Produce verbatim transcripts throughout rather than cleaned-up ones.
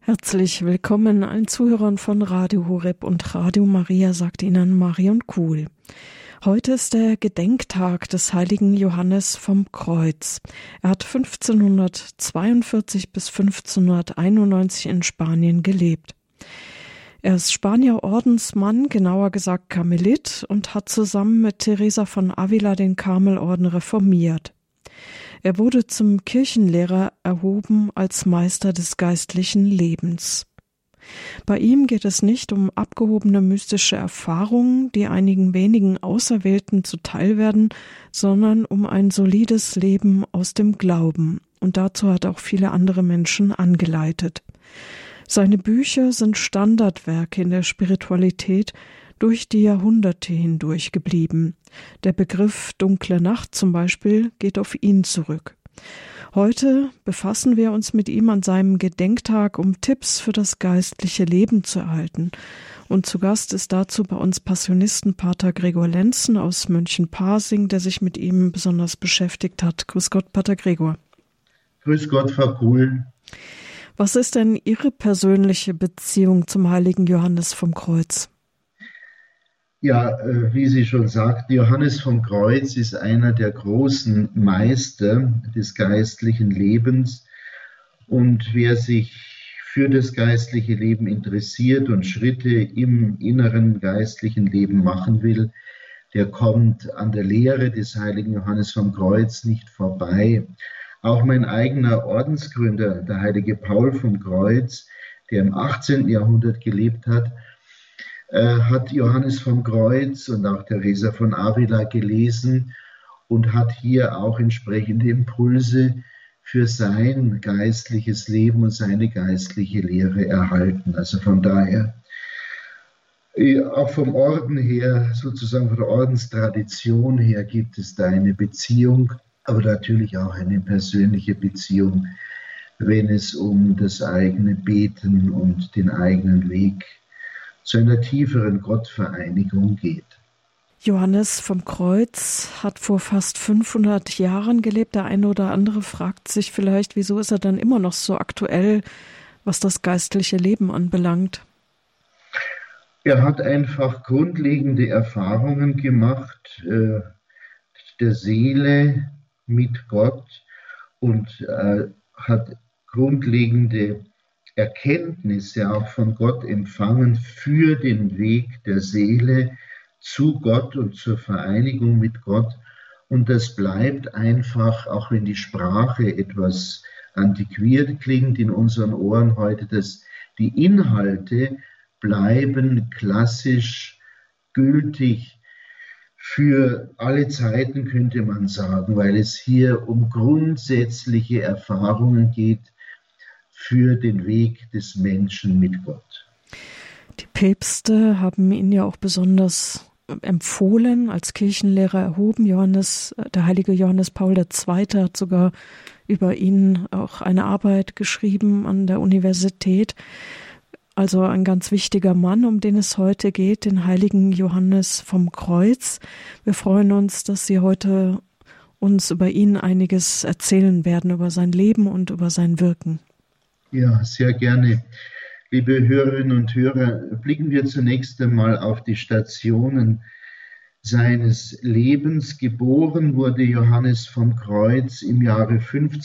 Herzlich willkommen allen Zuhörern von Radio Horeb und Radio Maria, sagt Ihnen Marion Kuhl. Heute ist der Gedenktag des heiligen Johannes vom Kreuz. Er hat fünfzehnhundertzweiundvierzig bis fünfzehnhunderteinundneunzig in Spanien gelebt. Er ist Spanier Ordensmann, genauer gesagt Karmelit, und hat zusammen mit Teresa von Avila den Karmelorden reformiert. Er wurde zum Kirchenlehrer erhoben als Meister des geistlichen Lebens. Bei ihm geht es nicht um abgehobene mystische Erfahrungen, die einigen wenigen Auserwählten zuteil werden, sondern um ein solides Leben aus dem Glauben. Und dazu hat er auch viele andere Menschen angeleitet. Seine Bücher sind Standardwerke in der Spiritualität, durch die Jahrhunderte hindurch geblieben. Der Begriff dunkle Nacht zum Beispiel geht auf ihn zurück. Heute befassen wir uns mit ihm an seinem Gedenktag, um Tipps für das geistliche Leben zu erhalten. Und zu Gast ist dazu bei uns Passionistenpater Gregor Lenzen aus München-Pasing, der sich mit ihm besonders beschäftigt hat. Grüß Gott, Pater Gregor. Grüß Gott, Frau Kuhl. Was ist denn Ihre persönliche Beziehung zum heiligen Johannes vom Kreuz? Ja, wie Sie schon sagten, Johannes vom Kreuz ist einer der großen Meister des geistlichen Lebens. Und wer sich für das geistliche Leben interessiert und Schritte im inneren geistlichen Leben machen will, der kommt an der Lehre des heiligen Johannes vom Kreuz nicht vorbei. Auch mein eigener Ordensgründer, der heilige Paul vom Kreuz, der im achtzehnten Jahrhundert gelebt hat, hat Johannes vom Kreuz und auch Teresa von Avila gelesen und hat hier auch entsprechende Impulse für sein geistliches Leben und seine geistliche Lehre erhalten. Also von daher, auch vom Orden her, sozusagen von der Ordenstradition her, gibt es da eine Beziehung, aber natürlich auch eine persönliche Beziehung, wenn es um das eigene Beten und den eigenen Weg zu einer tieferen Gottvereinigung geht. Johannes vom Kreuz hat vor fast fünfhundert Jahren gelebt. Der eine oder andere fragt sich vielleicht, wieso ist er dann immer noch so aktuell, was das geistliche Leben anbelangt? Er hat einfach grundlegende Erfahrungen gemacht, äh, der Seele mit Gott und äh, hat grundlegende Erkenntnisse auch von Gott empfangen für den Weg der Seele zu Gott und zur Vereinigung mit Gott. Und das bleibt einfach, auch wenn die Sprache etwas antiquiert klingt in unseren Ohren heute, dass die Inhalte bleiben klassisch gültig für alle Zeiten, könnte man sagen, weil es hier um grundsätzliche Erfahrungen geht, für den Weg des Menschen mit Gott. Die Päpste haben ihn ja auch besonders empfohlen, als Kirchenlehrer erhoben. Johannes, der heilige Johannes Paul der Zweite hat sogar über ihn auch eine Arbeit geschrieben an der Universität. Also ein ganz wichtiger Mann, um den es heute geht, den heiligen Johannes vom Kreuz. Wir freuen uns, dass Sie heute uns über ihn einiges erzählen werden, über sein Leben und über sein Wirken. Ja, sehr gerne. Liebe Hörerinnen und Hörer, blicken wir zunächst einmal auf die Stationen seines Lebens. Geboren wurde Johannes vom Kreuz im Jahre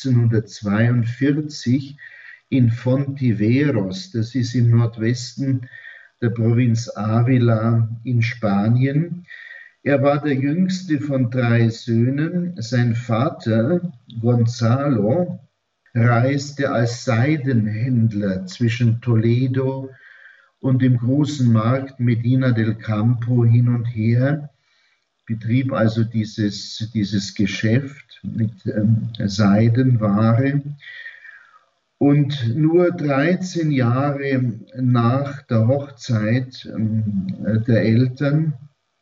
fünfzehnhundertzweiundvierzig in Fontiveros, das ist im Nordwesten der Provinz Avila in Spanien. Er war der jüngste von drei Söhnen. Sein Vater, Gonzalo, reiste als Seidenhändler zwischen Toledo und dem großen Markt Medina del Campo hin und her, betrieb also dieses, dieses Geschäft mit ähm, Seidenware. Und nur dreizehn Jahre nach der Hochzeit ähm, der Eltern,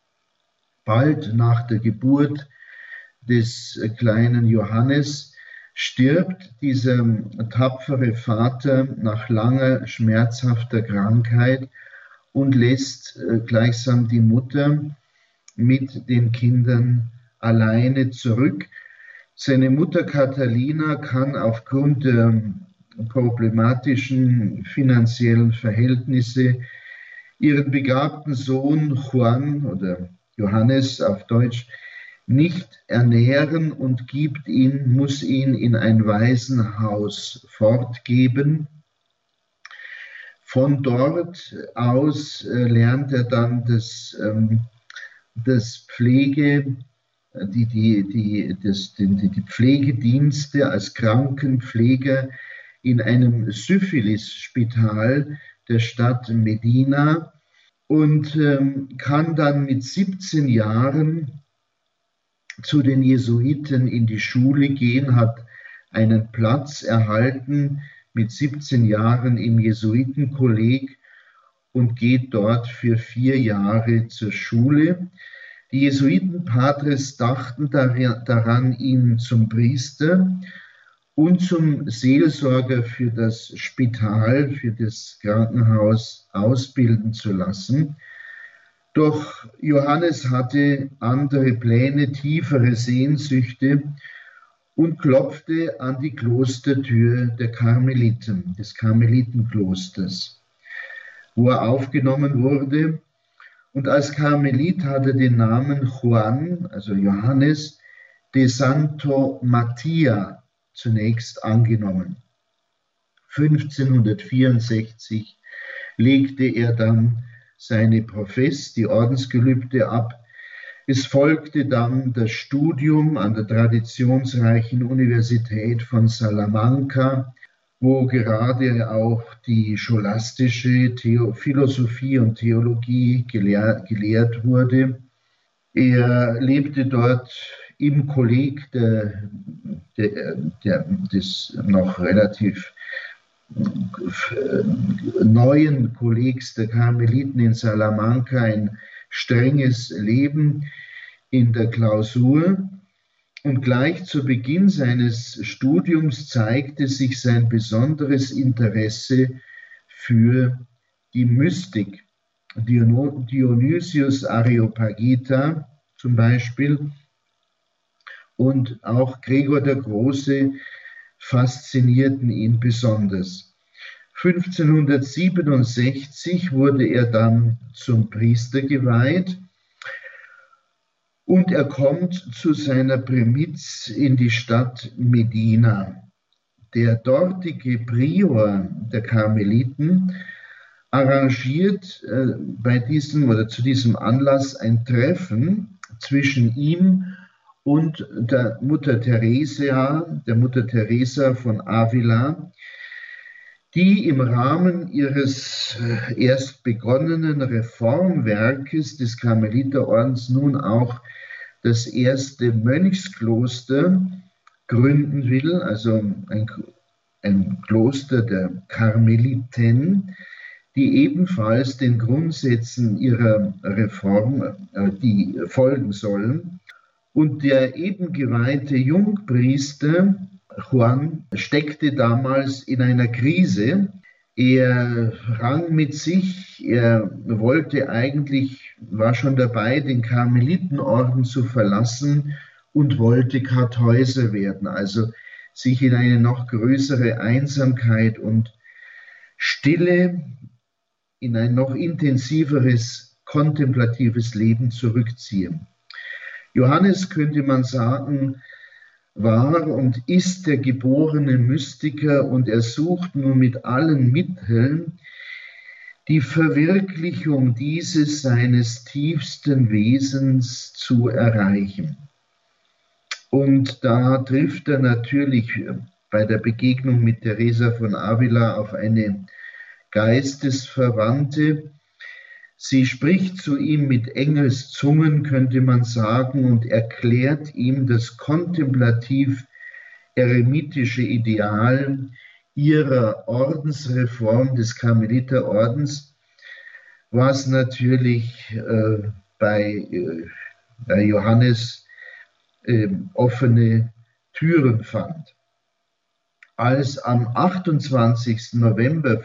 bald nach der Geburt des äh, kleinen Johannes, stirbt dieser tapfere Vater nach langer, schmerzhafter Krankheit und lässt gleichsam die Mutter mit den Kindern alleine zurück. Seine Mutter Catalina kann aufgrund der problematischen finanziellen Verhältnisse ihren begabten Sohn Juan oder Johannes auf Deutsch nicht ernähren und gibt ihn, muss ihn in ein Waisenhaus fortgeben. Von dort aus äh, lernt er dann das, ähm, das Pflege, die, die, die, das, die, die Pflegedienste als Krankenpfleger in einem Syphilis-Spital der Stadt Medina und ähm, kann dann mit siebzehn Jahren zu den Jesuiten in die Schule gehen, hat einen Platz erhalten mit siebzehn Jahren im Jesuitenkolleg und geht dort für vier Jahre zur Schule. Die Jesuitenpatres dachten daran, ihn zum Priester und zum Seelsorger für das Spital, für das Krankenhaus ausbilden zu lassen. Doch Johannes hatte andere Pläne, tiefere Sehnsüchte und klopfte an die Klostertür der Karmeliten, des Karmelitenklosters, wo er aufgenommen wurde. Und als Karmelit hat er den Namen Juan, also Johannes, de Santo Mattia zunächst angenommen. fünfzehnhundertvierundsechzig legte er dann seine Profess, die Ordensgelübde ab. Es folgte dann das Studium an der traditionsreichen Universität von Salamanca, wo gerade auch die scholastische Theo- Philosophie und Theologie gelehr- gelehrt wurde. Er lebte dort im Kolleg der, der, der, des noch relativ neuen Kollegs der Karmeliten in Salamanca ein strenges Leben in der Klausur. Und gleich zu Beginn seines Studiums zeigte sich sein besonderes Interesse für die Mystik. Dionysius Areopagita zum Beispiel und auch Gregor der Große faszinierten ihn besonders. fünfzehnhundertsiebenundsechzig wurde er dann zum Priester geweiht und er kommt zu seiner Prämitz in die Stadt Medina. Der dortige Prior der Karmeliten arrangiert äh, bei diesem oder zu diesem Anlass ein Treffen zwischen ihm und der Mutter Teresa, der Mutter Teresa von Avila, die im Rahmen ihres äh, erst begonnenen Reformwerkes des Karmeliterordens nun auch das erste Mönchskloster gründen will, also ein, ein Kloster der Karmeliten, die ebenfalls den Grundsätzen ihrer Reform äh, die folgen sollen. Und der eben geweihte Jungpriester Juan steckte damals in einer Krise. Er rang mit sich, er wollte eigentlich, war schon dabei, den Karmelitenorden zu verlassen und wollte Kartäuser werden, also sich in eine noch größere Einsamkeit und Stille, in ein noch intensiveres kontemplatives Leben zurückziehen. Johannes, könnte man sagen, war und ist der geborene Mystiker und er sucht nun mit allen Mitteln die Verwirklichung dieses seines tiefsten Wesens zu erreichen. Und da trifft er natürlich bei der Begegnung mit Teresa von Avila auf eine Geistesverwandte. Sie spricht zu ihm mit Engelszungen, könnte man sagen, und erklärt ihm das kontemplativ-eremitische Ideal ihrer Ordensreform des Karmeliterordens, was natürlich äh, bei, äh, bei Johannes äh, offene Türen fand. Als am achtundzwanzigsten November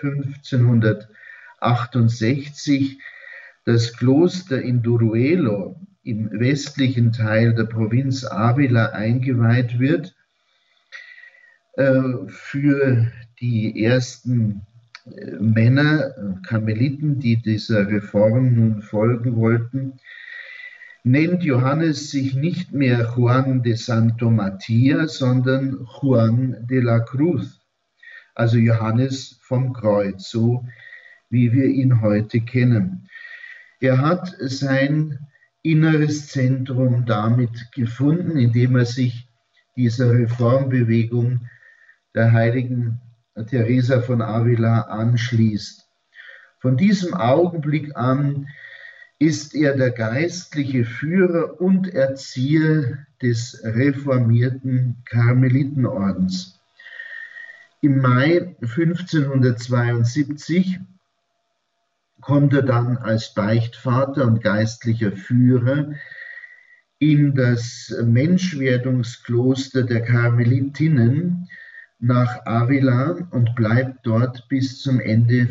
fünfzehnhundertachtundsechzig das Kloster in Duruelo im westlichen Teil der Provinz Avila eingeweiht wird, für die ersten Männer, Karmeliten, die dieser Reform nun folgen wollten, nennt Johannes sich nicht mehr Juan de Santo Matia, sondern Juan de la Cruz, also Johannes vom Kreuz, so wie wir ihn heute kennen. Er hat sein inneres Zentrum damit gefunden, indem er sich dieser Reformbewegung der heiligen Teresa von Avila anschließt. Von diesem Augenblick an ist er der geistliche Führer und Erzieher des reformierten Karmelitenordens. Im Mai fünfzehnhundertzweiundsiebzig kommt er dann als Beichtvater und geistlicher Führer in das Menschwerdungskloster der Karmelitinnen nach Avila und bleibt dort bis zum Ende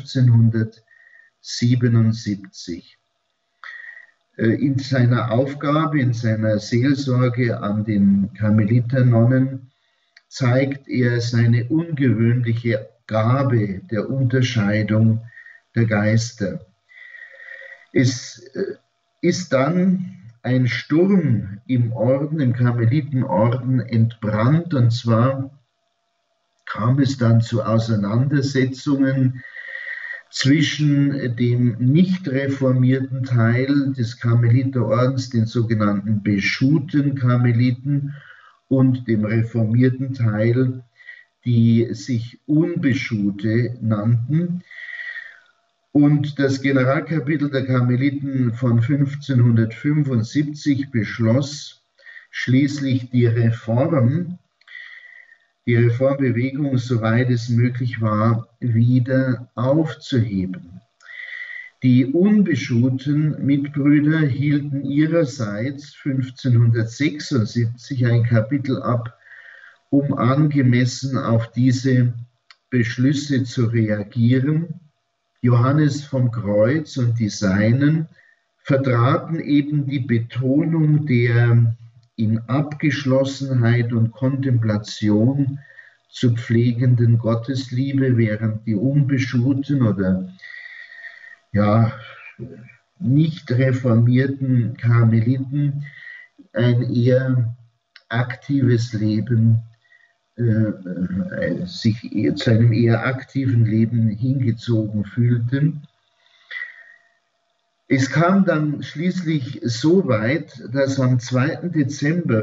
fünfzehnhundertsiebenundsiebzig. In seiner Aufgabe, in seiner Seelsorge an den Karmeliternonnen zeigt er seine ungewöhnliche Gabe der Unterscheidung der Geister. Es ist dann ein Sturm im Orden, im Karmelitenorden entbrannt, und zwar kam es dann zu Auseinandersetzungen zwischen dem nicht reformierten Teil des Karmeliterordens, den sogenannten beschuten Karmeliten, und dem reformierten Teil, die sich Unbeschute nannten. Und das Generalkapitel der Karmeliten von fünfzehnhundertfünfundsiebzig beschloss schließlich die Reform, die Reformbewegung, soweit es möglich war, wieder aufzuheben. Die unbeschuten Mitbrüder hielten ihrerseits fünfzehnhundertsechsundsiebzig ein Kapitel ab, um angemessen auf diese Beschlüsse zu reagieren. Johannes vom Kreuz und die Seinen vertraten eben die Betonung der in Abgeschlossenheit und Kontemplation zu pflegenden Gottesliebe, während die unbeschuten oder ja, nicht reformierten Karmeliten ein eher aktives Leben, äh, sich zu einem eher aktiven Leben hingezogen fühlten. Es kam dann schließlich so weit, dass am zweiten Dezember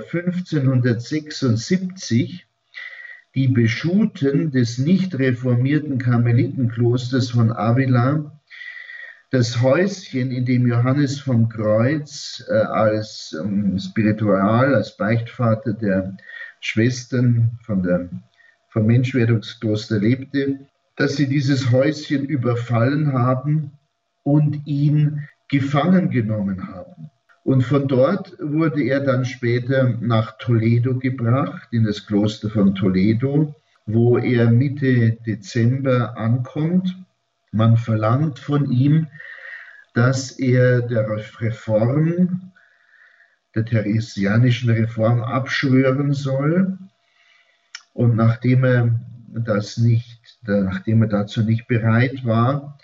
fünfzehnhundertsechsundsiebzig die Beschuten des nicht reformierten Karmelitenklosters von Avila das Häuschen, in dem Johannes vom Kreuz äh, als ähm, Spiritual, als Beichtvater der Schwestern von der, vom Menschwerdungskloster lebte, dass sie dieses Häuschen überfallen haben und ihn gefangen genommen haben. Und von dort wurde er dann später nach Toledo gebracht, in das Kloster von Toledo, wo er Mitte Dezember ankommt. Man verlangt von ihm, dass er der Reform, der theresianischen Reform abschwören soll. Und nachdem er das nicht, nachdem er dazu nicht bereit war,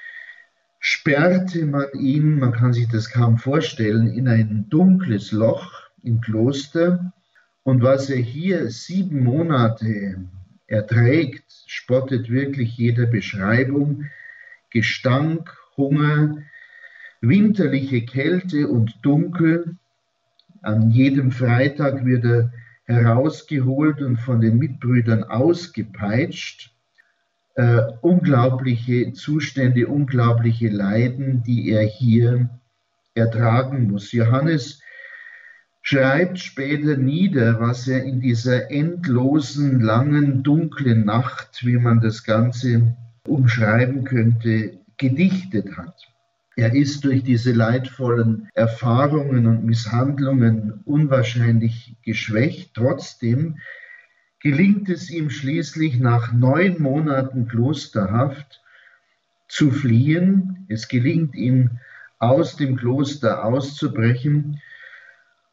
sperrte man ihn, man kann sich das kaum vorstellen, in ein dunkles Loch im Kloster. Und was er hier sieben Monate erträgt, spottet wirklich jeder Beschreibung. Gestank, Hunger, winterliche Kälte und Dunkel. An jedem Freitag wird er herausgeholt und von den Mitbrüdern ausgepeitscht. Äh, unglaubliche Zustände, unglaubliche Leiden, die er hier ertragen muss. Johannes schreibt später nieder, was er in dieser endlosen, langen, dunklen Nacht, wie man das Ganze umschreiben könnte, gedichtet hat. Er ist durch diese leidvollen Erfahrungen und Misshandlungen unwahrscheinlich geschwächt. Trotzdem gelingt es ihm schließlich nach neun Monaten Klosterhaft zu fliehen. Es gelingt ihm, aus dem Kloster auszubrechen.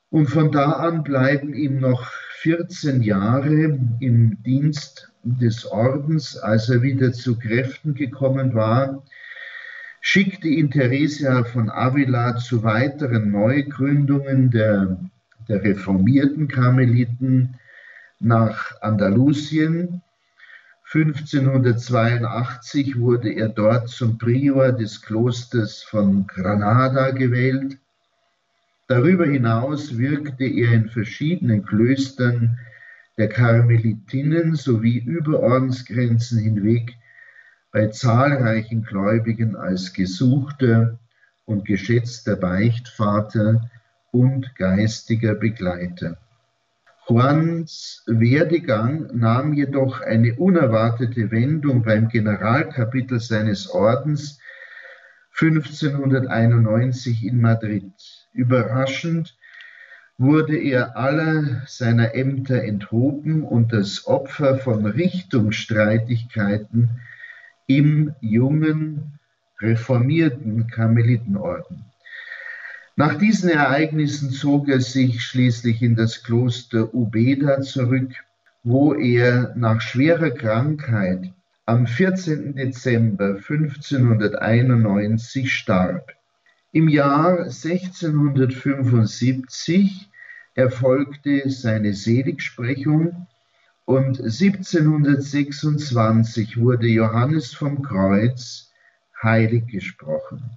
Und von da an bleiben ihm noch vierzehn Jahre im Dienst des Ordens. Als er wieder zu Kräften gekommen war, schickte ihn Theresia von Avila zu weiteren Neugründungen der, der reformierten Karmeliten nach Andalusien. fünfzehnhundertzweiundachtzig wurde er dort zum Prior des Klosters von Granada gewählt. Darüber hinaus wirkte er in verschiedenen Klöstern der Karmelitinnen sowie über Ordensgrenzen hinweg bei zahlreichen Gläubigen als gesuchter und geschätzter Beichtvater und geistiger Begleiter. Juans Werdegang nahm jedoch eine unerwartete Wendung beim Generalkapitel seines Ordens fünfzehnhunderteinundneunzig in Madrid. Überraschend wurde er aller seiner Ämter enthoben und das Opfer von Richtungsstreitigkeiten im jungen, reformierten Karmelitenorden. Nach diesen Ereignissen zog er sich schließlich in das Kloster Ubeda zurück, wo er nach schwerer Krankheit am vierzehnten Dezember fünfzehnhunderteinundneunzig starb. Im Jahr sechzehnhundertfünfundsiebzig erfolgte seine Seligsprechung und siebzehnhundertsechsundzwanzig wurde Johannes vom Kreuz heilig gesprochen.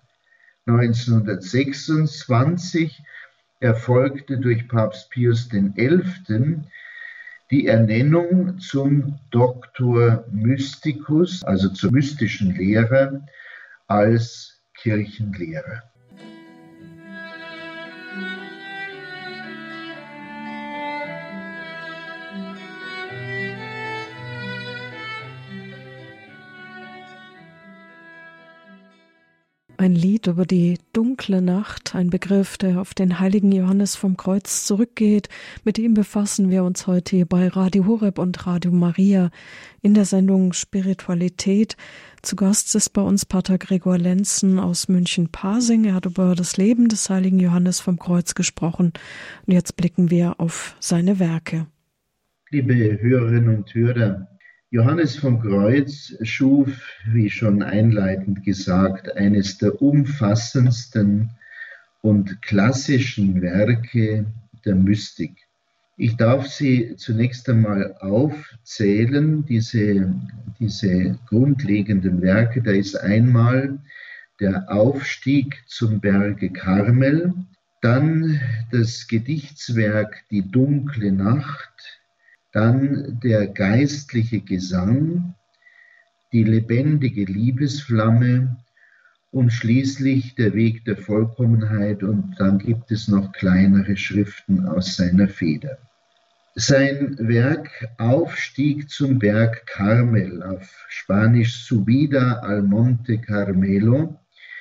neunzehnhundertsechsundzwanzig erfolgte durch Papst Pius der Elfte die Ernennung zum Doctor Mysticus, also zum mystischen Lehrer, als Kirchenlehrer. Ein Lied über die dunkle Nacht, ein Begriff, der auf den heiligen Johannes vom Kreuz zurückgeht. Mit ihm befassen wir uns heute hier bei Radio Horeb und Radio Maria in der Sendung Spiritualität. Zu Gast ist bei uns Pater Gregor Lenzen aus München-Pasing. Er hat über das Leben des heiligen Johannes vom Kreuz gesprochen. Und jetzt blicken wir auf seine Werke. Liebe Hörerinnen und Hörer, Johannes vom Kreuz schuf, wie schon einleitend gesagt, eines der umfassendsten und klassischen Werke der Mystik. Ich darf sie zunächst einmal aufzählen, diese, diese grundlegenden Werke. Da ist einmal der Aufstieg zum Berge Karmel, dann das Gedichtswerk Die dunkle Nacht, dann der geistliche Gesang, die lebendige Liebesflamme und schließlich der Weg der Vollkommenheit, und dann gibt es noch kleinere Schriften aus seiner Feder. Sein Werk Aufstieg zum Berg Karmel, auf Spanisch Subida al Monte Carmelo,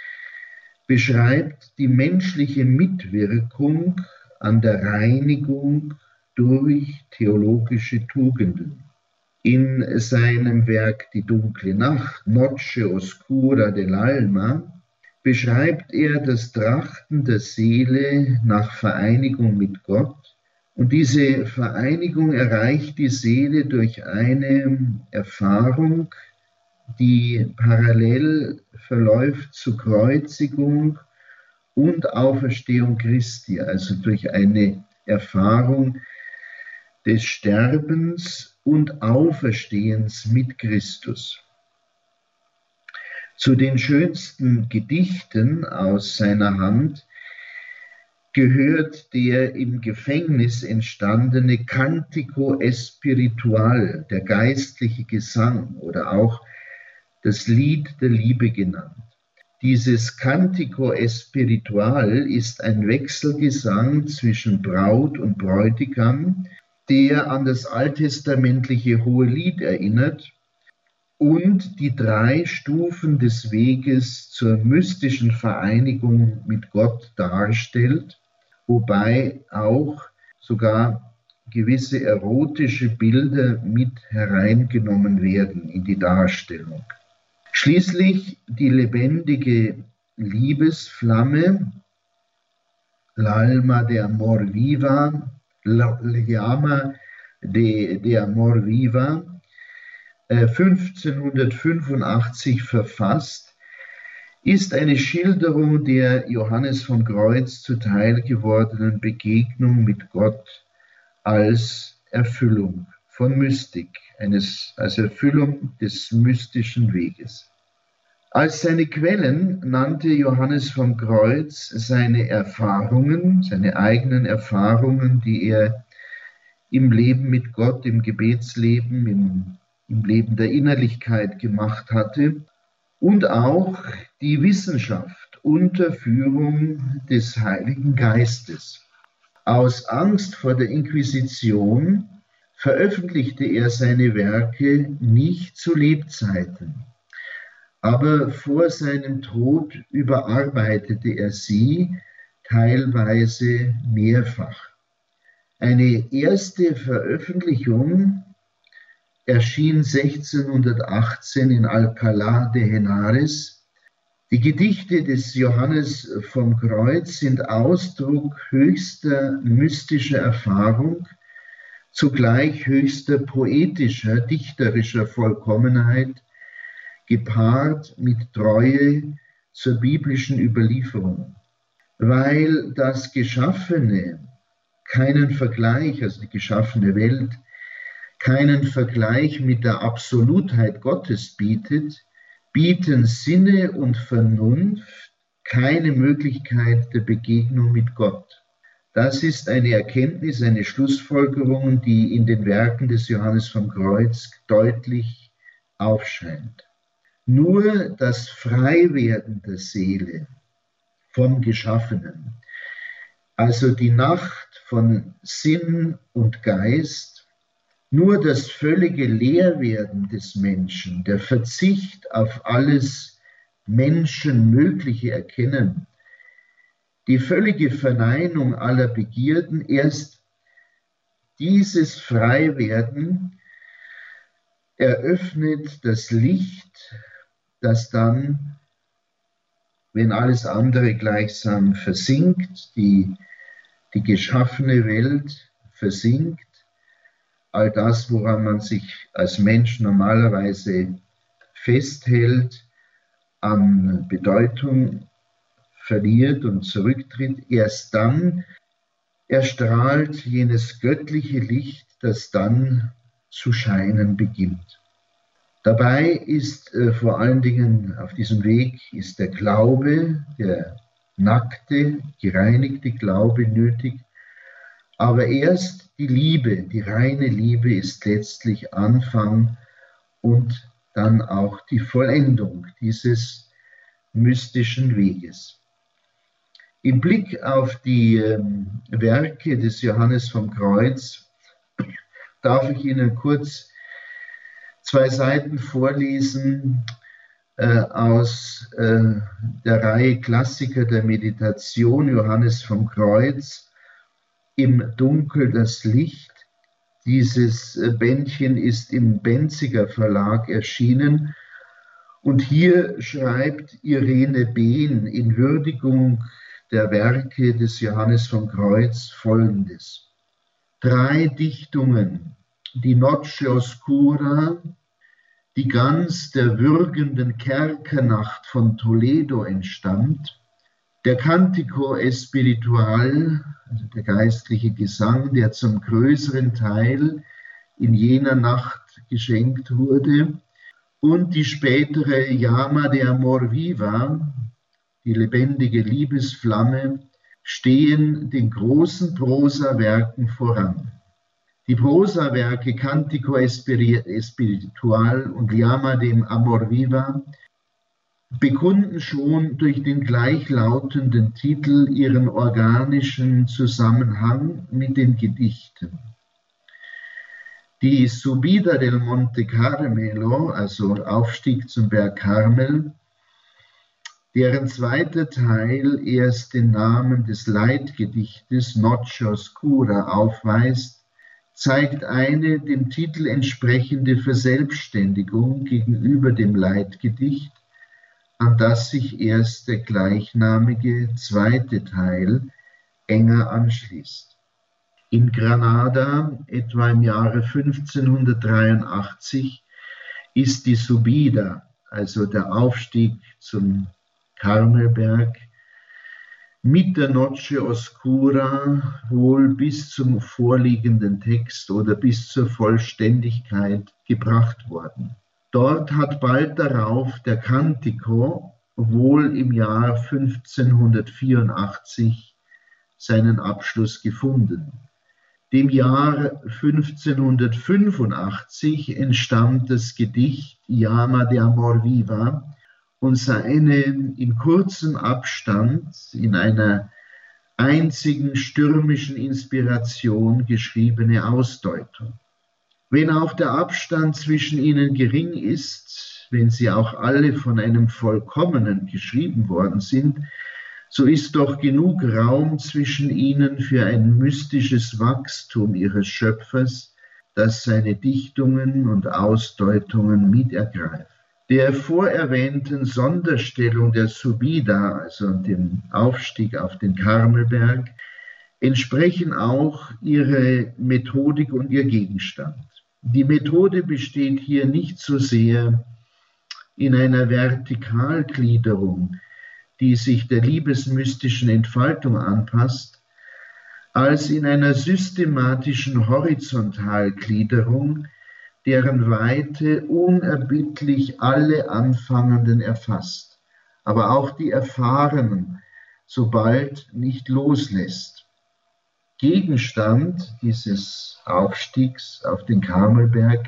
beschreibt die menschliche Mitwirkung an der Reinigung durch theologische Tugenden. In seinem Werk Die dunkle Nacht, Noche Oscura dell'Alma, beschreibt er das Trachten der Seele nach Vereinigung mit Gott. Und diese Vereinigung erreicht die Seele durch eine Erfahrung, die parallel verläuft zu Kreuzigung und Auferstehung Christi, also durch eine Erfahrung des Sterbens und Auferstehens mit Christus. Zu den schönsten Gedichten aus seiner Hand gehört der im Gefängnis entstandene Cantico Espiritual, der geistliche Gesang, oder auch das Lied der Liebe genannt. Dieses Cantico Espiritual ist ein Wechselgesang zwischen Braut und Bräutigam, der an das alttestamentliche Hohelied erinnert und die drei Stufen des Weges zur mystischen Vereinigung mit Gott darstellt, wobei auch sogar gewisse erotische Bilder mit hereingenommen werden in die Darstellung. Schließlich die lebendige Liebesflamme, l'alma de amor viva, Llama de, de amor viva, fünfzehnhundertfünfundachtzig verfasst, ist eine Schilderung der Johannes vom Kreuz zuteil gewordenen Begegnung mit Gott als Erfüllung von Mystik, eines, als Erfüllung des mystischen Weges. Als seine Quellen nannte Johannes vom Kreuz seine Erfahrungen, seine eigenen Erfahrungen, die er im Leben mit Gott, im Gebetsleben, im, im Leben der Innerlichkeit gemacht hatte, und auch die Wissenschaft unter Führung des Heiligen Geistes. Aus Angst vor der Inquisition veröffentlichte er seine Werke nicht zu Lebzeiten. Aber vor seinem Tod überarbeitete er sie teilweise mehrfach. Eine erste Veröffentlichung erschien sechzehnhundertachtzehn in Alcalá de Henares. Die Gedichte des Johannes vom Kreuz sind Ausdruck höchster mystischer Erfahrung, zugleich höchster poetischer, dichterischer Vollkommenheit, gepaart mit Treue zur biblischen Überlieferung. Weil das Geschaffene keinen Vergleich, also die geschaffene Welt, keinen Vergleich mit der Absolutheit Gottes bietet, bieten Sinne und Vernunft keine Möglichkeit der Begegnung mit Gott. Das ist eine Erkenntnis, eine Schlussfolgerung, die in den Werken des Johannes vom Kreuz deutlich aufscheint. Nur das Freiwerden der Seele vom Geschaffenen, also die Nacht von Sinn und Geist, nur das völlige Leerwerden des Menschen, der Verzicht auf alles Menschenmögliche Erkennen, die völlige Verneinung aller Begierden, erst dieses Freiwerden eröffnet das Licht, das dann, wenn alles andere gleichsam versinkt, die, die geschaffene Welt versinkt, all das, woran man sich als Mensch normalerweise festhält, an Bedeutung verliert und zurücktritt, erst dann erstrahlt jenes göttliche Licht, das dann zu scheinen beginnt. Dabei ist äh, vor allen Dingen auf diesem Weg ist der Glaube, der nackte, gereinigte Glaube nötig, aber erst die Liebe, die reine Liebe ist letztlich Anfang und dann auch die Vollendung dieses mystischen Weges. Im Blick auf die ähm, Werke des Johannes vom Kreuz darf ich Ihnen kurz zwei Seiten vorlesen äh, aus äh, der Reihe Klassiker der Meditation, Johannes vom Kreuz, Im Dunkel das Licht. Dieses äh, Bändchen ist im Benziger Verlag erschienen und hier schreibt Irene Behn in Würdigung der Werke des Johannes vom Kreuz Folgendes. Drei Dichtungen, die Noche Oscura, die ganz der würgenden Kerkernacht von Toledo entstammt, der Cantico Espiritual, also der geistliche Gesang, der zum größeren Teil in jener Nacht geschenkt wurde, und die spätere Llama de Amor Viva, die lebendige Liebesflamme, stehen den großen Prosawerken voran. Die Prosawerke Cantico Espiritual und Llama de Amor Viva bekunden schon durch den gleichlautenden Titel ihren organischen Zusammenhang mit den Gedichten. Die Subida del Monte Carmelo, also Aufstieg zum Berg Karmel, deren zweiter Teil erst den Namen des Leitgedichtes Noche Oscura aufweist, zeigt eine dem Titel entsprechende Verselbstständigung gegenüber dem Leitgedicht, an das sich erst der gleichnamige zweite Teil enger anschließt. In Granada, etwa im Jahre fünfzehnhundertdreiundachtzig, ist die Subida, also der Aufstieg zum Karmelberg, mit der Noche Oscura wohl bis zum vorliegenden Text oder bis zur Vollständigkeit gebracht worden. Dort hat bald darauf der Cantico wohl im Jahr fünfzehnhundertvierundachtzig seinen Abschluss gefunden. Dem Jahr fünfzehnhundertfünfundachtzig entstammt das Gedicht Llama de Amor Viva und seine in kurzem Abstand in einer einzigen stürmischen Inspiration geschriebene Ausdeutung. Wenn auch der Abstand zwischen ihnen gering ist, wenn sie auch alle von einem Vollkommenen geschrieben worden sind, so ist doch genug Raum zwischen ihnen für ein mystisches Wachstum ihres Schöpfers, das seine Dichtungen und Ausdeutungen mitergreift. Der vorerwähnten Sonderstellung der Subida, also dem Aufstieg auf den Karmelberg, entsprechen auch ihre Methodik und ihr Gegenstand. Die Methode besteht hier nicht so sehr in einer Vertikalgliederung, die sich der liebesmystischen Entfaltung anpasst, als in einer systematischen Horizontalgliederung, deren Weite unerbittlich alle Anfangenden erfasst, aber auch die Erfahrenen sobald nicht loslässt. Gegenstand dieses Aufstiegs auf den Karmelberg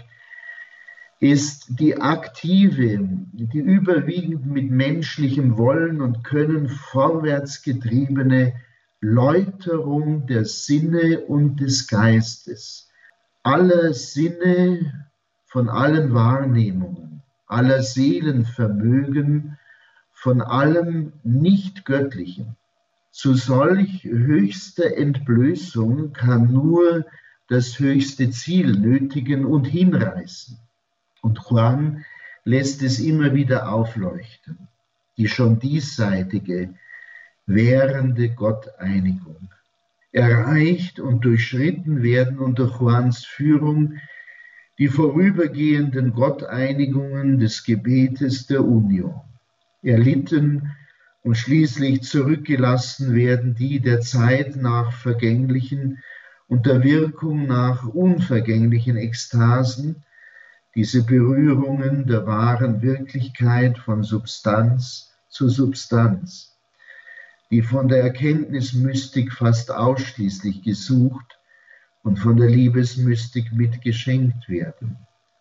ist die aktive, die überwiegend mit menschlichem Wollen und Können vorwärts getriebene Läuterung der Sinne und des Geistes, aller Sinne von allen Wahrnehmungen, aller Seelenvermögen, von allem Nicht-Göttlichen. Zu solch höchster Entblößung kann nur das höchste Ziel nötigen und hinreißen. Und Juan lässt es immer wieder aufleuchten, die schon diesseitige, währende Gotteinigung. Erreicht und durchschritten werden unter Juans Führung die vorübergehenden Gotteinigungen des Gebetes der Union. Erlitten und schließlich zurückgelassen werden die der Zeit nach vergänglichen und der Wirkung nach unvergänglichen Ekstasen, diese Berührungen der wahren Wirklichkeit von Substanz zu Substanz, die von der Erkenntnismystik fast ausschließlich gesucht und von der Liebesmystik mitgeschenkt werden.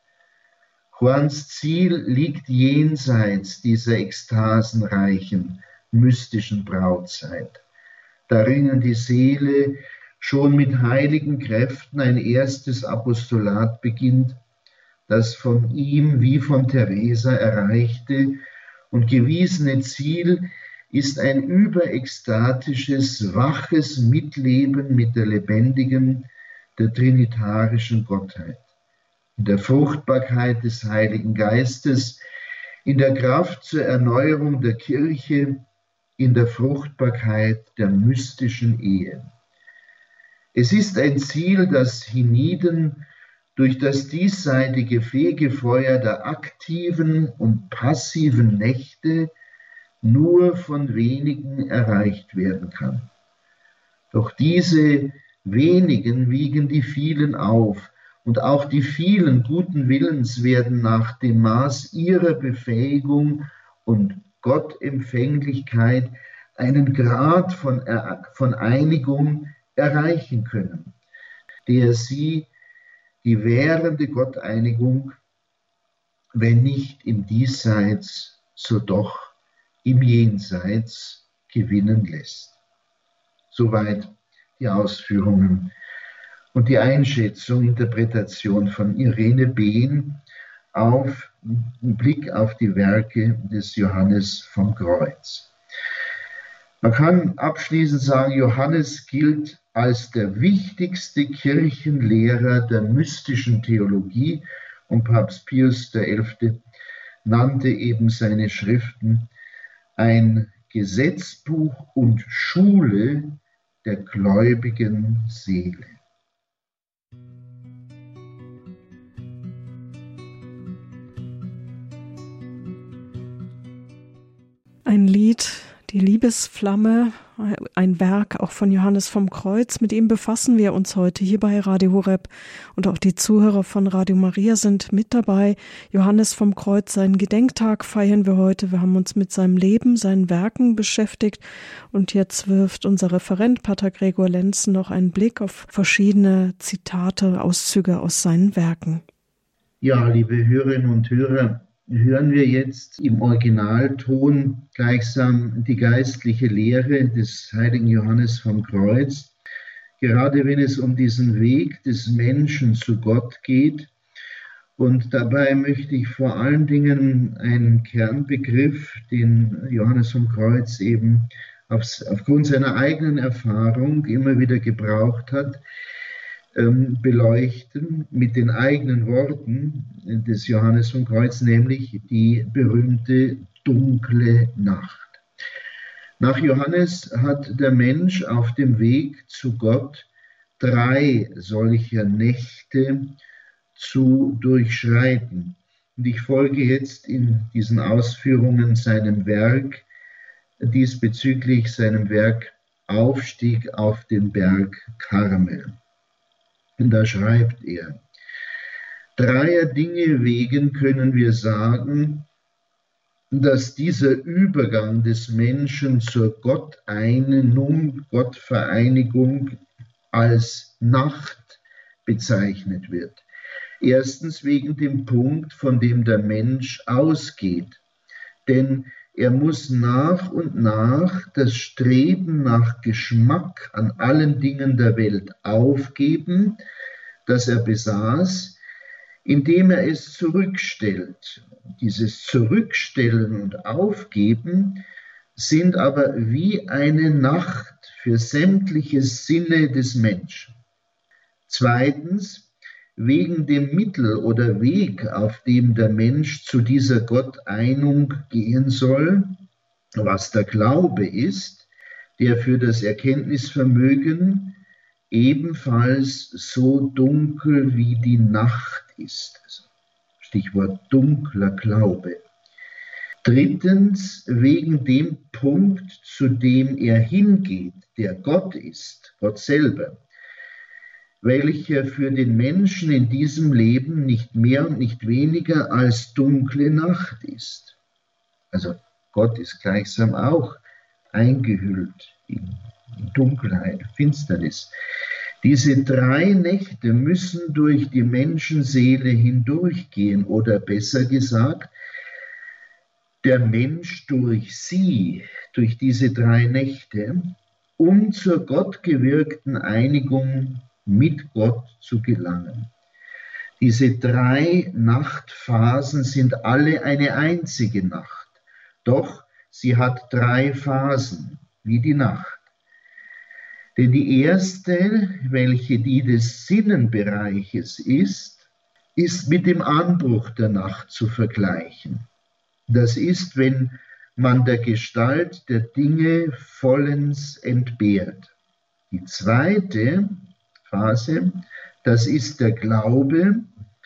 Juans Ziel liegt jenseits dieser ekstasenreichen, mystischen Brautzeit. Da ringen die Seele schon mit heiligen Kräften ein erstes Apostolat beginnt, das von ihm wie von Teresa erreichte und gewiesene Ziel ist ein überekstatisches, waches Mitleben mit der lebendigen, der trinitarischen Gottheit, in der Fruchtbarkeit des Heiligen Geistes, in der Kraft zur Erneuerung der Kirche, in der Fruchtbarkeit der mystischen Ehe. Es ist ein Ziel, das hienieden durch das diesseitige Fegefeuer der aktiven und passiven Nächte nur von wenigen erreicht werden kann. Doch diese wenigen wiegen die vielen auf, und auch die vielen guten Willens werden nach dem Maß ihrer Befähigung und Gottempfänglichkeit einen Grad von, von Einigung erreichen können, der sie die währende Gotteinigung, wenn nicht im Diesseits, so doch im Jenseits gewinnen lässt. Soweit die Ausführungen und die Einschätzung, Interpretation von Irene Behn auf einen Blick auf die Werke des Johannes vom Kreuz. Man kann abschließend sagen, Johannes gilt als der wichtigste Kirchenlehrer der mystischen Theologie und Papst Pius der Elfte nannte eben seine Schriften ein Gesetzbuch und Schule der gläubigen Seele. Ein Lied, die Liebesflamme, ein Werk auch von Johannes vom Kreuz. Mit ihm befassen wir uns heute hier bei Radio Horeb und auch die Zuhörer von Radio Maria sind mit dabei. Johannes vom Kreuz, seinen Gedenktag feiern wir heute. Wir haben uns mit seinem Leben, seinen Werken beschäftigt und jetzt wirft unser Referent Pater Gregor Lenzen noch einen Blick auf verschiedene Zitate, Auszüge aus seinen Werken. Ja, liebe Hörerinnen und Hörer, hören wir jetzt im Originalton gleichsam die geistliche Lehre des heiligen Johannes vom Kreuz, gerade wenn es um diesen Weg des Menschen zu Gott geht. Und dabei möchte ich vor allen Dingen einen Kernbegriff, den Johannes vom Kreuz eben aufs, aufgrund seiner eigenen Erfahrung immer wieder gebraucht hat, beleuchten mit den eigenen Worten des Johannes vom Kreuz, nämlich die berühmte dunkle Nacht. Nach Johannes hat der Mensch auf dem Weg zu Gott drei solcher Nächte zu durchschreiten. Und ich folge jetzt in diesen Ausführungen seinem Werk, diesbezüglich seinem Werk Aufstieg auf den Berg Karmel. Da schreibt er: Dreier Dinge wegen können wir sagen, dass dieser Übergang des Menschen zur Gotteinung, Gottvereinigung als Nacht bezeichnet wird. Erstens wegen dem Punkt, von dem der Mensch ausgeht. Denn er muss nach und nach das Streben nach Geschmack an allen Dingen der Welt aufgeben, das er besaß, indem er es zurückstellt. Dieses Zurückstellen und Aufgeben sind aber wie eine Nacht für sämtliche Sinne des Menschen. Zweitens, wegen dem Mittel oder Weg, auf dem der Mensch zu dieser Gotteinung gehen soll, was der Glaube ist, der für das Erkenntnisvermögen ebenfalls so dunkel wie die Nacht ist. Also Stichwort dunkler Glaube. Drittens, wegen dem Punkt, zu dem er hingeht, der Gott ist, Gott selber, welcher für den Menschen in diesem Leben nicht mehr und nicht weniger als dunkle Nacht ist. Also Gott ist gleichsam auch eingehüllt in Dunkelheit, Finsternis. Diese drei Nächte müssen durch die Menschenseele hindurchgehen, oder besser gesagt, der Mensch durch sie, durch diese drei Nächte, um zur gottgewirkten Einigung mit Gott zu gelangen. Diese drei Nachtphasen sind alle eine einzige Nacht, doch sie hat drei Phasen, wie die Nacht. Denn die erste, welche die des Sinnenbereiches ist, ist mit dem Anbruch der Nacht zu vergleichen. Das ist, wenn man der Gestalt der Dinge vollends entbehrt. Die zweite Phase, das ist der Glaube,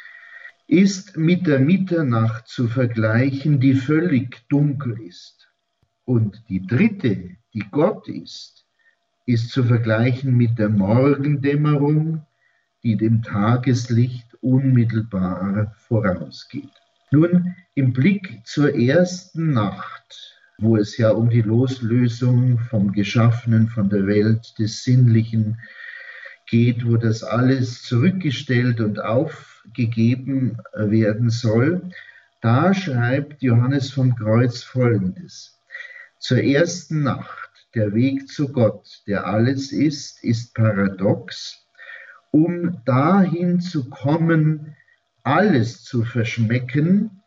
ist mit der Mitternacht zu vergleichen, die völlig dunkel ist. Und die dritte, die Gott ist, ist zu vergleichen mit der Morgendämmerung, die dem Tageslicht unmittelbar vorausgeht. Nun, im Blick zur ersten Nacht, wo es ja um die Loslösung vom Geschaffenen, von der Welt, des Sinnlichen geht, wo das alles zurückgestellt und aufgegeben werden soll, da schreibt Johannes vom Kreuz Folgendes: Zur ersten Nacht, der Weg zu Gott, der alles ist, ist paradox. Um dahin zu kommen, alles zu verschmecken,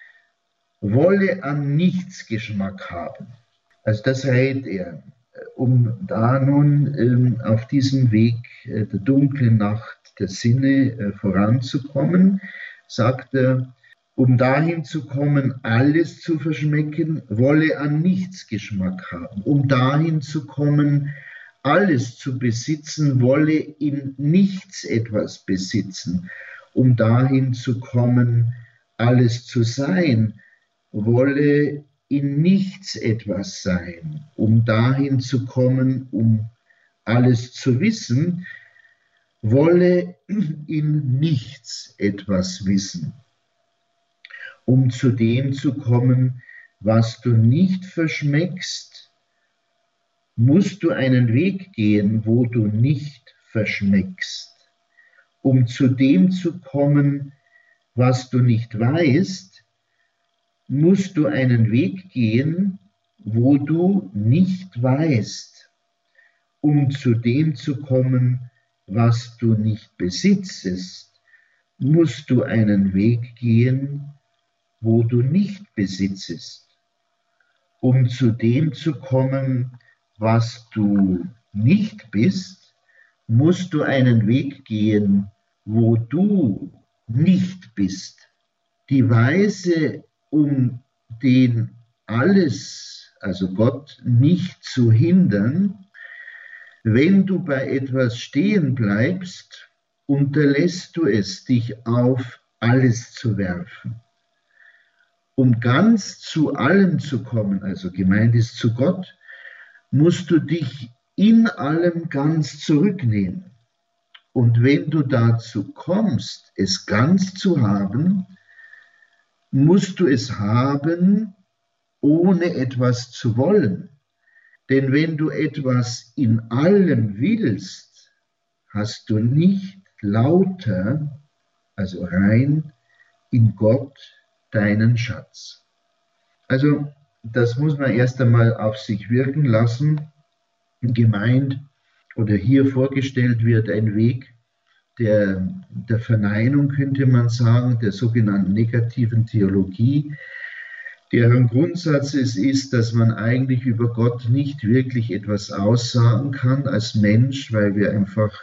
wolle an nichts Geschmack haben. Also das rät er. Um da nun ähm, auf diesem Weg äh, der dunklen Nacht der Sinne äh, voranzukommen, sagt er, um dahin zu kommen, alles zu verschmecken, wolle an nichts Geschmack haben. Um dahin zu kommen, alles zu besitzen, wolle in nichts etwas besitzen, um dahin zu kommen, alles zu sein, wolle in nichts etwas sein, um dahin zu kommen, um alles zu wissen, wolle in nichts etwas wissen, um zu dem zu kommen, was du nicht verschmeckst, musst du einen Weg gehen, wo du nicht verschmeckst, um zu dem zu kommen, was du nicht weißt, musst du einen Weg gehen, wo du nicht weißt, um zu dem zu kommen, was du nicht besitzest, musst du einen Weg gehen, wo du nicht besitzest, um zu dem zu kommen, was du nicht bist, musst du einen Weg gehen, wo du nicht bist. Die Weise, um den alles, also Gott, nicht zu hindern, wenn du bei etwas stehen bleibst, unterlässt du es, dich auf alles zu werfen. Um ganz zu allem zu kommen, also gemeint ist zu Gott, musst du dich in allem ganz zurücknehmen. Und wenn du dazu kommst, es ganz zu haben, musst du es haben, ohne etwas zu wollen. Denn wenn du etwas in allem willst, hast du nicht lauter, also rein in Gott, deinen Schatz. Also das muss man erst einmal auf sich wirken lassen. Gemeint oder hier vorgestellt wird ein Weg der, der Verneinung, könnte man sagen, der sogenannten negativen Theologie, deren Grundsatz es ist, dass man eigentlich über Gott nicht wirklich etwas aussagen kann als Mensch, weil wir einfach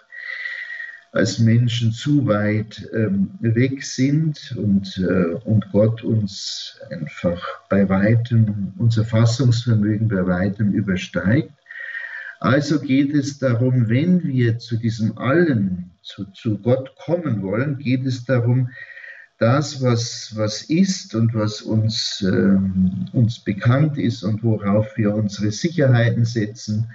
als Menschen zu weit ähm, weg sind und, äh, und Gott uns einfach bei weitem, unser Fassungsvermögen bei weitem übersteigt. Also geht es darum, wenn wir zu diesem Allen, zu, zu Gott kommen wollen, geht es darum, das, was, was ist und was uns, ähm, uns bekannt ist und worauf wir unsere Sicherheiten setzen,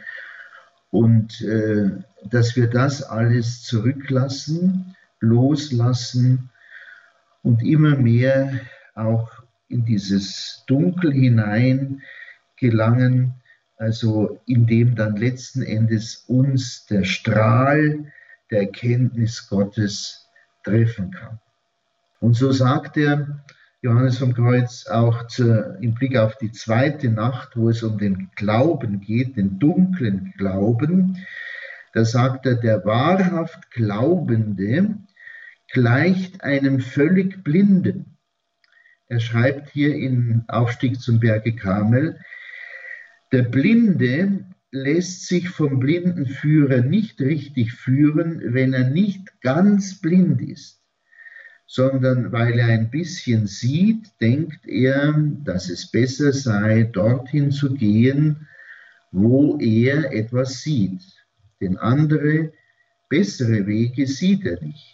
und äh, dass wir das alles zurücklassen, loslassen und immer mehr auch in dieses Dunkel hinein gelangen, also in dem dann letzten Endes uns der Strahl der Erkenntnis Gottes treffen kann. Und so sagt er, Johannes vom Kreuz, auch zu, im Blick auf die zweite Nacht, wo es um den Glauben geht, den dunklen Glauben, da sagt er, der wahrhaft Glaubende gleicht einem völlig Blinden. Er schreibt hier in Aufstieg zum Berge Karmel, der Blinde lässt sich vom blinden Führer nicht richtig führen, wenn er nicht ganz blind ist, sondern weil er ein bisschen sieht, denkt er, dass es besser sei, dorthin zu gehen, wo er etwas sieht. Denn andere, bessere Wege sieht er nicht.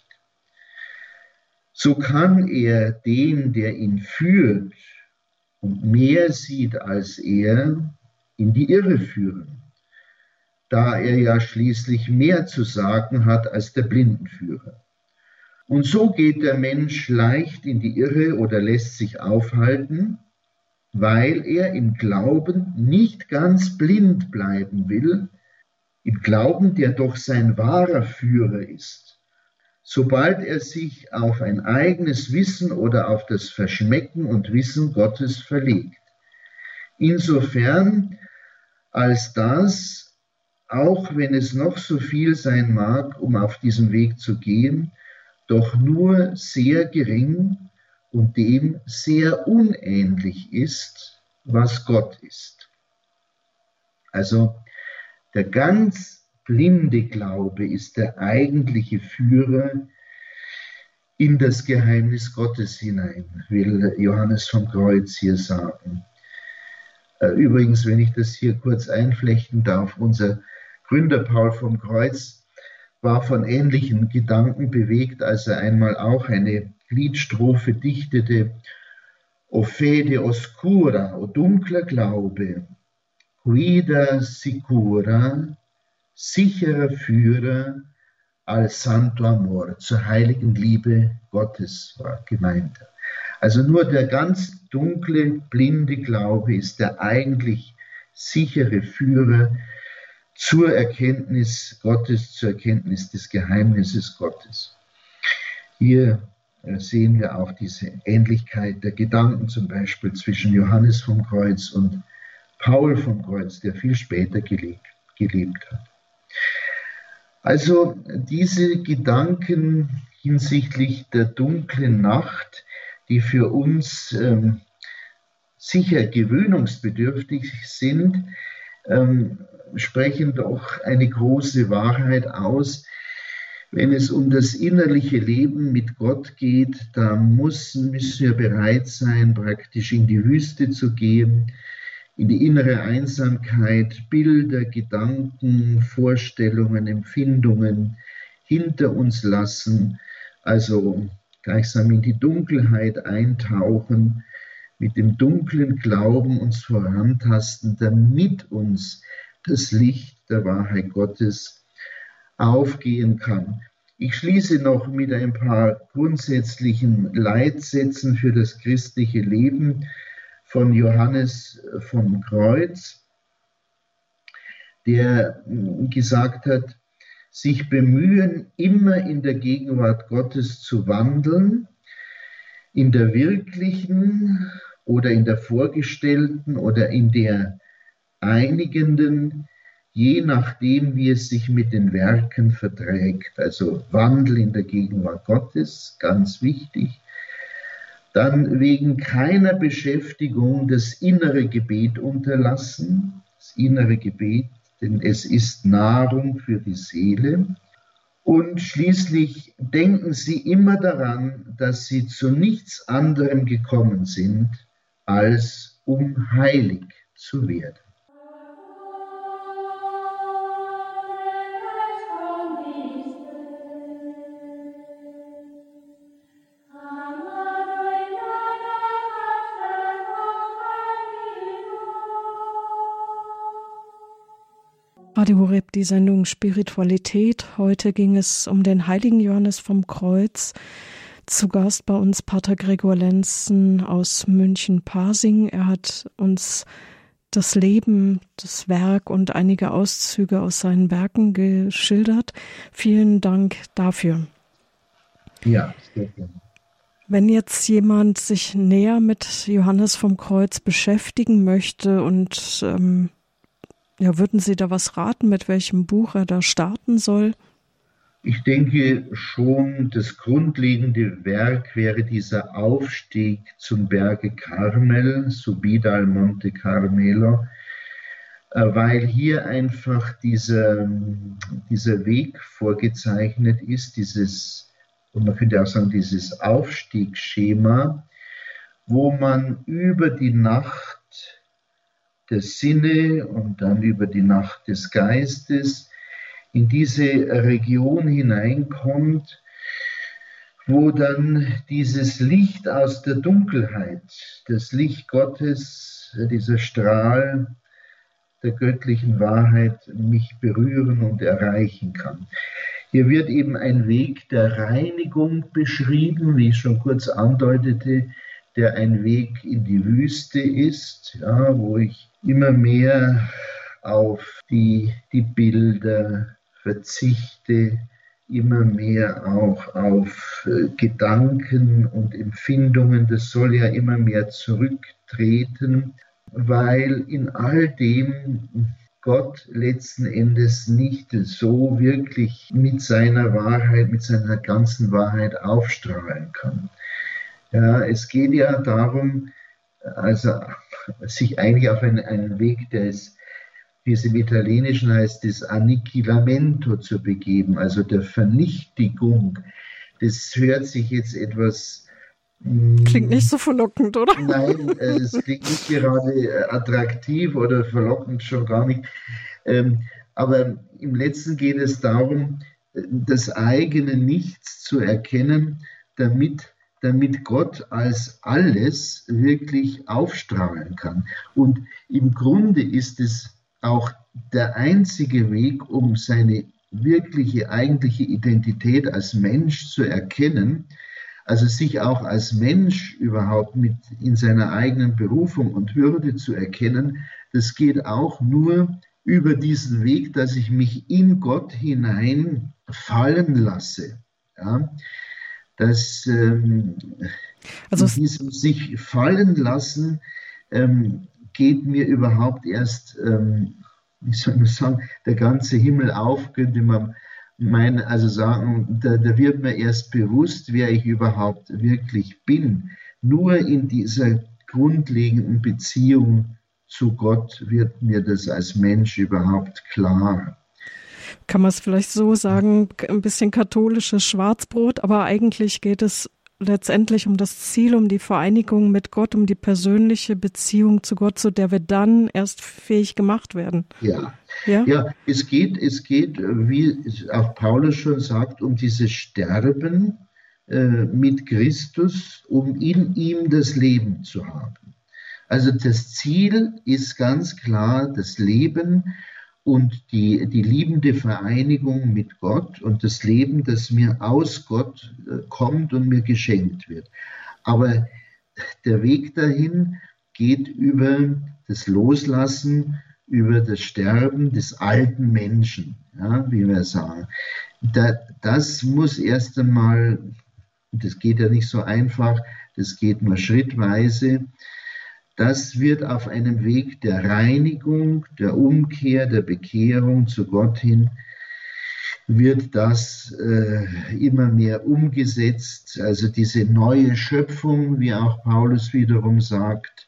So kann er den, der ihn führt und mehr sieht als er, in die Irre führen, da er ja schließlich mehr zu sagen hat als der Blindenführer. Und so geht der Mensch leicht in die Irre oder lässt sich aufhalten, weil er im Glauben nicht ganz blind bleiben will, im Glauben, der doch sein wahrer Führer ist. Sobald er sich auf ein eigenes Wissen oder auf das Verschmecken und Wissen Gottes verlegt. Insofern, als das, auch wenn es noch so viel sein mag, um auf diesem Weg zu gehen, doch nur sehr gering und dem sehr unähnlich ist, was Gott ist. Also der ganz blinde Glaube ist der eigentliche Führer in das Geheimnis Gottes hinein, will Johannes vom Kreuz hier sagen. Übrigens, wenn ich das hier kurz einflechten darf, unser Gründer Paul vom Kreuz war von ähnlichen Gedanken bewegt, als er einmal auch eine Liedstrophe dichtete: O fede oscura, o dunkler Glaube, guida sicura, sicherer Führer al santo amor, zur heiligen Liebe Gottes war gemeint. Also nur der ganz dunkle, blinde Glaube ist der eigentlich sichere Führer zur Erkenntnis Gottes, zur Erkenntnis des Geheimnisses Gottes. Hier sehen wir auch diese Ähnlichkeit der Gedanken, zum Beispiel zwischen Johannes vom Kreuz und Paul vom Kreuz, der viel später gelebt, gelebt hat. Also diese Gedanken hinsichtlich der dunklen Nacht, die für uns ähm, sicher gewöhnungsbedürftig sind, ähm, sprechen doch eine große Wahrheit aus. Wenn es um das innerliche Leben mit Gott geht, da müssen, müssen wir bereit sein, praktisch in die Wüste zu gehen, in die innere Einsamkeit, Bilder, Gedanken, Vorstellungen, Empfindungen hinter uns lassen, also gleichsam in die Dunkelheit eintauchen, mit dem dunklen Glauben uns vorantasten, damit uns das Licht der Wahrheit Gottes aufgehen kann. Ich schließe noch mit ein paar grundsätzlichen Leitsätzen für das christliche Leben von Johannes vom Kreuz, der gesagt hat, sich bemühen, immer in der Gegenwart Gottes zu wandeln, in der wirklichen oder in der vorgestellten oder in der einigenden, je nachdem, wie es sich mit den Werken verträgt. Also Wandel in der Gegenwart Gottes, ganz wichtig. Dann wegen keiner Beschäftigung das innere Gebet unterlassen, das innere Gebet, denn es ist Nahrung für die Seele. Und schließlich denken Sie immer daran, dass Sie zu nichts anderem gekommen sind, als um heilig zu werden. Radio Horeb, die Sendung Spiritualität. Heute ging es um den heiligen Johannes vom Kreuz. Zu Gast bei uns Pater Gregor Lenzen aus München-Pasing. Er hat uns das Leben, das Werk und einige Auszüge aus seinen Werken geschildert. Vielen Dank dafür. Ja, sehr gerne. Wenn jetzt jemand sich näher mit Johannes vom Kreuz beschäftigen möchte und ähm, ja, würden Sie da was raten, mit welchem Buch er da starten soll? Ich denke schon, das grundlegende Werk wäre dieser Aufstieg zum Berge Carmel, Subida al Monte Carmelo, weil hier einfach dieser, dieser Weg vorgezeichnet ist, dieses, und man könnte auch sagen, dieses Aufstiegsschema, wo man über die Nacht der Sinne und dann über die Nacht des Geistes in diese Region hineinkommt, wo dann dieses Licht aus der Dunkelheit, das Licht Gottes, dieser Strahl der göttlichen Wahrheit mich berühren und erreichen kann. Hier wird eben ein Weg der Reinigung beschrieben, wie ich schon kurz andeutete, der ein Weg in die Wüste ist, ja, wo ich immer mehr auf die, die Bilder verzichte, immer mehr auch auf äh, Gedanken und Empfindungen. Das soll ja immer mehr zurücktreten, weil in all dem Gott letzten Endes nicht so wirklich mit seiner Wahrheit, mit seiner ganzen Wahrheit aufstrahlen kann. Ja, es geht ja darum, also sich eigentlich auf einen, einen Weg des, wie es im Italienischen heißt, des Annichilamento zu begeben, also der Vernichtigung. Das hört sich jetzt etwas... Klingt nicht so verlockend, oder? Nein, es klingt nicht gerade attraktiv oder verlockend, schon gar nicht. Ähm, Aber im Letzten geht es darum, das eigene Nichts zu erkennen, damit, damit Gott als alles wirklich aufstrahlen kann. Und im Grunde ist es auch der einzige Weg, um seine wirkliche, eigentliche Identität als Mensch zu erkennen, also sich auch als Mensch überhaupt mit in seiner eigenen Berufung und Würde zu erkennen. Das geht auch nur über diesen Weg, dass ich mich in Gott hinein fallen lasse. Ja, dass ähm, also in diesem sich fallen lassen ähm, geht mir überhaupt erst, ähm, wie soll man sagen, der ganze Himmel auf, könnte man meinen, also sagen, da, da wird mir erst bewusst, wer ich überhaupt wirklich bin. Nur in dieser grundlegenden Beziehung zu Gott wird mir das als Mensch überhaupt klar. Kann man es vielleicht so sagen, ein bisschen katholisches Schwarzbrot, aber eigentlich geht es letztendlich um das Ziel, um die Vereinigung mit Gott, um die persönliche Beziehung zu Gott, zu der wir dann erst fähig gemacht werden. Ja, ja? ja es geht, es geht, wie auch Paulus schon sagt, um dieses Sterben äh, mit Christus, um in ihm das Leben zu haben. Also das Ziel ist ganz klar das Leben und die, die liebende Vereinigung mit Gott und das Leben, das mir aus Gott kommt und mir geschenkt wird. Aber der Weg dahin geht über das Loslassen, über das Sterben des alten Menschen, ja, wie wir sagen. Da, das muss erst einmal, das geht ja nicht so einfach, das geht nur schrittweise. Das wird auf einem Weg der Reinigung, der Umkehr, der Bekehrung zu Gott hin, wird das äh, immer mehr umgesetzt. Also diese neue Schöpfung, wie auch Paulus wiederum sagt,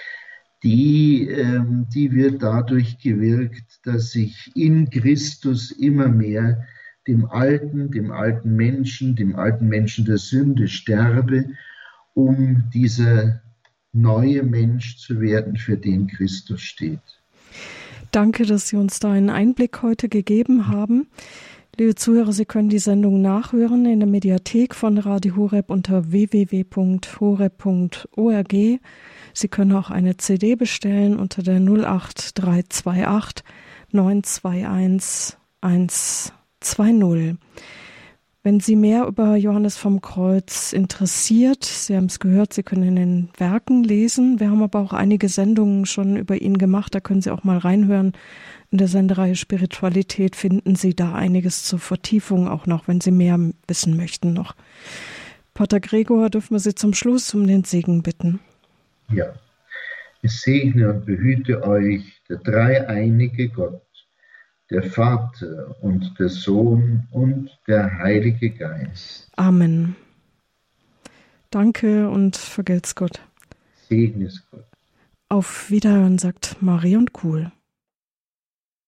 die, äh, die wird dadurch gewirkt, dass ich in Christus immer mehr dem alten, dem alten Menschen, dem alten Menschen der Sünde sterbe, um dieser neue Mensch zu werden, für den Christus steht. Danke, dass Sie uns da einen Einblick heute gegeben haben. Liebe Zuhörer, Sie können die Sendung nachhören in der Mediathek von Radio Horeb unter w w w punkt horeb punkt org. Sie können auch eine C D bestellen unter der null acht drei zwei acht neun zwei eins eins zwei null. Wenn Sie mehr über Johannes vom Kreuz interessiert, Sie haben es gehört, Sie können in den Werken lesen. Wir haben aber auch einige Sendungen schon über ihn gemacht, da können Sie auch mal reinhören. In der Sendereihe Spiritualität finden Sie da einiges zur Vertiefung, auch noch, wenn Sie mehr wissen möchten noch. Pater Gregor, dürfen wir Sie zum Schluss um den Segen bitten. Ja, es segne und behüte euch der dreieinige Gott, der Vater und der Sohn und der Heilige Geist. Amen. Danke und vergelt's Gott. Segne es Gott. Auf Wiederhören, sagt Marie und Kuhl.